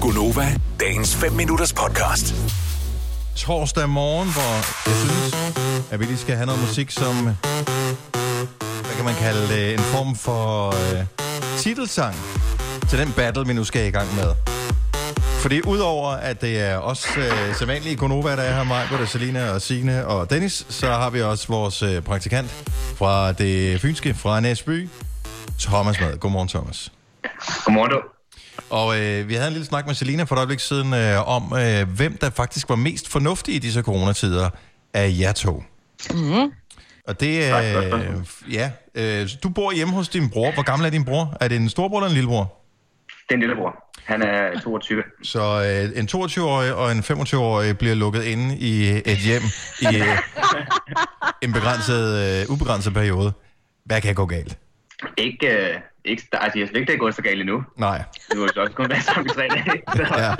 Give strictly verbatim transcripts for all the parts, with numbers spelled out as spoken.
Gunova, dagens fem minutters podcast. Torsdag morgen, hvor jeg synes, at vi lige skal have noget musik, som, hvad kan man kalde det, en form for øh, titelsang til den battle, vi nu skal i gang med. Fordi udover at det er os øh, sædvanlige Gunova, der er her, mig, både Selina og Signe og Dennis, så har vi også vores øh, praktikant fra det fynske, fra Næsby, Thomas med. Godmorgen, Thomas. Godmorgen, du. Og øh, vi havde en lille snak med Selina for et øjeblik siden øh, om, øh, hvem der faktisk var mest fornuftig i disse coronatider af jer to. Mm-hmm. Og det er... Øh, ja, øh, du bor hjemme hos din bror. Hvor gammel er din bror? Er det en storbror eller en lillebror? Det er en lillebror. Han er toogtyve. Så øh, en toogtyve-årig og en femogtyve-årig bliver lukket inde i et hjem i øh, en begrænset, øh, ubegrænset periode. Hvad kan gå galt? Ikke... Øh... Ikke, altså, jeg synes ikke, det er gået så galt endnu. Nej. Det var jo også kun være sammen i tre dage.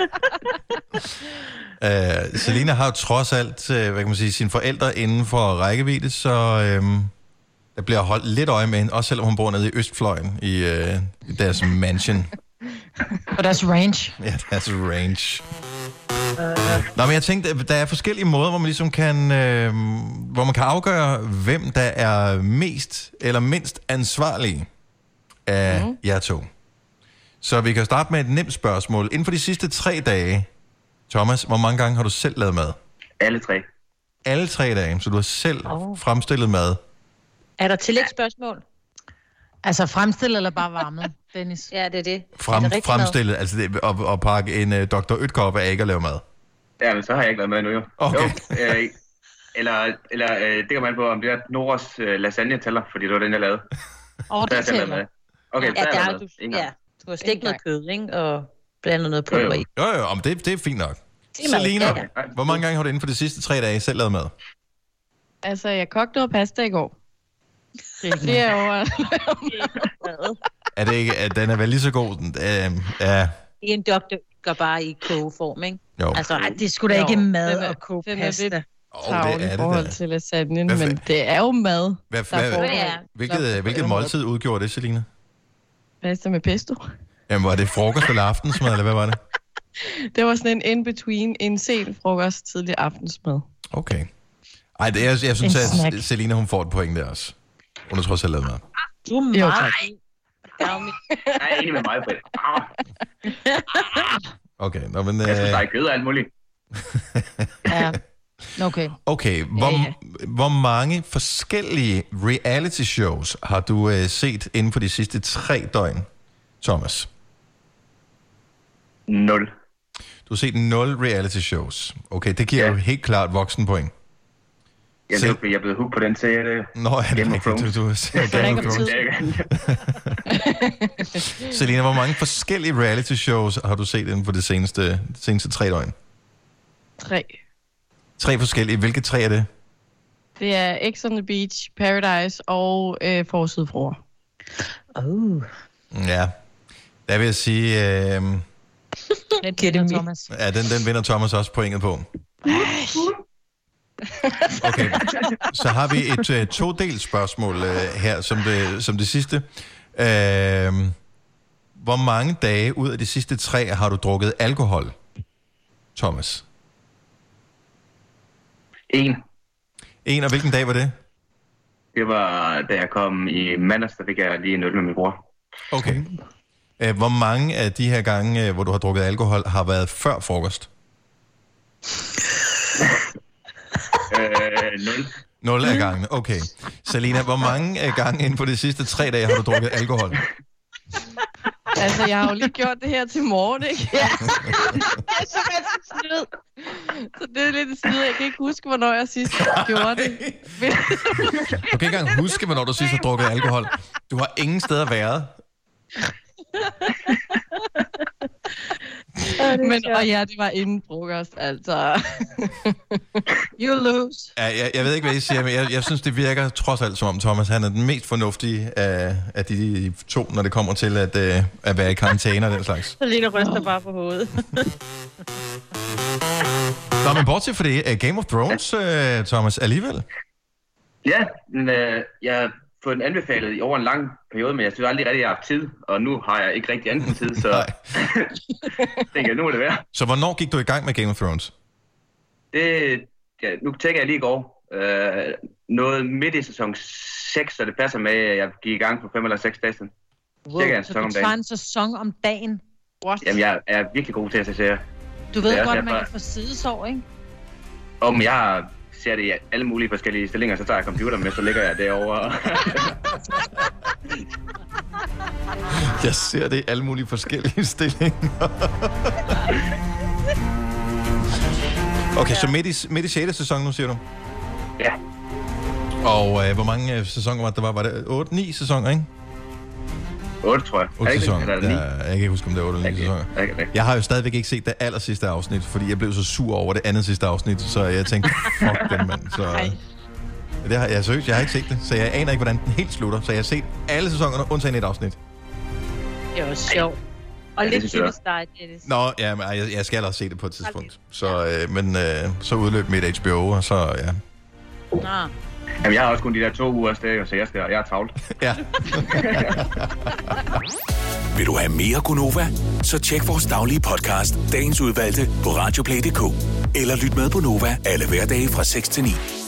Ja. uh, Selina har jo trods alt, uh, hvad kan man sige, sine forældre inden for rækkevidde, så um, der bliver holdt lidt øje med hende, også selvom hun bor nede i Østfløjen i, uh, i deres mansion. Og deres range. Ja, deres range. Uh. Nå, men jeg tænkte, der er forskellige måder, hvor man ligesom kan, uh, hvor man kan afgøre, hvem der er mest eller mindst ansvarlig af mm. jer to. Så vi kan starte med et nemt spørgsmål. Inden for de sidste tre dage, Thomas, hvor mange gange har du selv lavet mad? Alle tre. Alle tre dage, så du har selv oh. fremstillet mad. Er der tillægsspørgsmål? Altså fremstillet eller bare varmet, Dennis? Ja, det er det. Frem, er det fremstillet, altså det, og, og pakke en uh, doktor Ødkop af ikke at lave mad. Ja, men så har jeg ikke lavet mad nu jo. Okay. Jo, øh, eller eller øh, det kan man på, om det er Noras øh, lasagne tæller, fordi det var den, jeg lavede. Åh, oh, det tæller. Okay, ja, så der er er der du, noget. ja, du har stikket noget kød, ikke? Og blandet noget pulver i. Jo, jo, men det, det er fint nok. Selina, okay. Hvor mange gange har du inden for de sidste tre dage selv lavet mad? Altså, jeg kogte noget pasta i går. Det er flere år. Er det ikke, at den er vel lige så god? Uh, uh, en doktor går bare i kogeform, ikke? Jo. Altså, ej, det skulle da ikke mad og koge pasta. Åh, oh, det er i forhold det til lasagnen, men det er jo mad. Hvad, hvad, hvad, ja. Hvilket, hvilket måltid udgjorde det, Selina? Pasta med pesto. Jamen, var det frokost eller aftensmad, eller hvad var det? Det var sådan en in-between, en sen frokost, tidlig aftensmad. Okay. Ej, det er, jeg synes, at Selina, hun får et point der også. Hun har trods alt lavet mad. Du er mig. Jeg er enig med mig, Britt. Okay, nå, men... Jeg synes, der er kød og alt muligt. Ja. Okay. Okay, hvor, ja, ja. hvor mange forskellige reality shows har du uh, set inden for de sidste tre døgn, Thomas? Nul. Du har set nul reality shows. Okay, det giver ja. jo helt klart voksenpoint. Ja, det er fordi, jeg er blevet hooked på den serie. Nå, er det Game rigtigt? Du, du ser Game of Thrones. Selina, hvor mange forskellige reality shows har du set inden for de seneste, de seneste tre døgn? Tre. Tre forskellige. Hvilke tre er det? Det er X on the Beach, Paradise og øh, Forsidefruer. Oh. Ja, der vil jeg sige... Øh, den vinder Thomas. Ja, den, den vinder Thomas også pointet på. Okay, så har vi et uh, to-delt spørgsmål uh, her som det, som det sidste. Uh, hvor mange dage ud af de sidste tre har du drukket alkohol, Thomas? En. En, og hvilken dag var det? Det var, da jeg kom i mandags, der fik jeg lige en øl med min bror. Okay. Uh, hvor mange af de her gange, uh, hvor du har drukket alkohol, har været før frokost? øh, nul. Nul af gangene, okay. Selina, hvor mange af gange inden for de sidste tre dage har du drukket alkohol? Altså, jeg har jo lige gjort det her til morgen, ikke? Ja. Det er simpelthen snyd. Så det er lidt snyd. Jeg kan ikke huske, hvornår jeg sidst gjorde det. Du kan ikke engang huske, hvornår du sidst har drukket alkohol. Du har ingen steder været. Men, og ja, det var inden frokost, altså. You lose. Ja, jeg, jeg ved ikke, hvad I siger, men jeg, jeg synes, det virker trods alt som om Thomas, han er den mest fornuftige af, af de to, når det kommer til at, uh, at være i karantæne og den slags. Så lige ryster oh. bare på hovedet. Nå, men bortset for det, uh, Game of Thrones, uh, Thomas, alligevel? Ja, men uh, jeg fået den anbefalet i over en lang periode, men jeg synes aldrig rigtig, at jeg har haft tid, og nu har jeg ikke rigtig anden tid, så tænker jeg, nu må det være. Så hvornår gik du i gang med Game of Thrones? Det, ja, nu tænker jeg lige i går. Øh, noget midt i sæson seks, så det passer med, at jeg gik i gang på fem eller seks dage siden. Wow, Cirka en så sæson du om tager dagen. en sæson om dagen? What? Jamen, jeg er virkelig god til at se serier. Du ved Det er godt, derfor- man kan få sidesår, ikke? Om jeg ser det i alle mulige forskellige stillinger, så tager jeg computeren med, så ligger jeg derovre. Jeg ser det i alle mulige forskellige stillinger. Okay, så midt i, midt i sjette sæson nu, siger du? Ja, Og øh, hvor mange øh, sæsoner var det? Der var, var det otte ni sæsoner, ikke? otte tror jeg. Er otte det ikke det? sæsoner. Eller er det ni? Ja, jeg kan ikke huske, om det er otte eller ni Okay. sæsoner. Okay, okay. Jeg har jo stadigvæk ikke set det aller sidste afsnit, fordi jeg blev så sur over det andet sidste afsnit, så jeg tænkte, fuck den mand. Så, det har, jeg seriøst, jeg har ikke set det, så jeg aner ikke, hvordan den helt slutter. Så jeg har set alle sæsonerne, undtagen et afsnit. Det er også sjovt. Og Ja, det lidt synes jeg typisk dig, Dennis. Nå, ja, men jeg, jeg skal også se det på et tidspunkt. Så, øh, men øh, så udløb mit H B O, og så, ja. Nå. Jamen, jeg har også kun de der to uger afsted, så jeg, skal, jeg er travlt. ja. Vil du have mere Gunova? Så tjek vores daglige podcast, dagens udvalgte, på radioplay punktum d k. Eller lyt med på Nova alle hverdage fra seks til ni.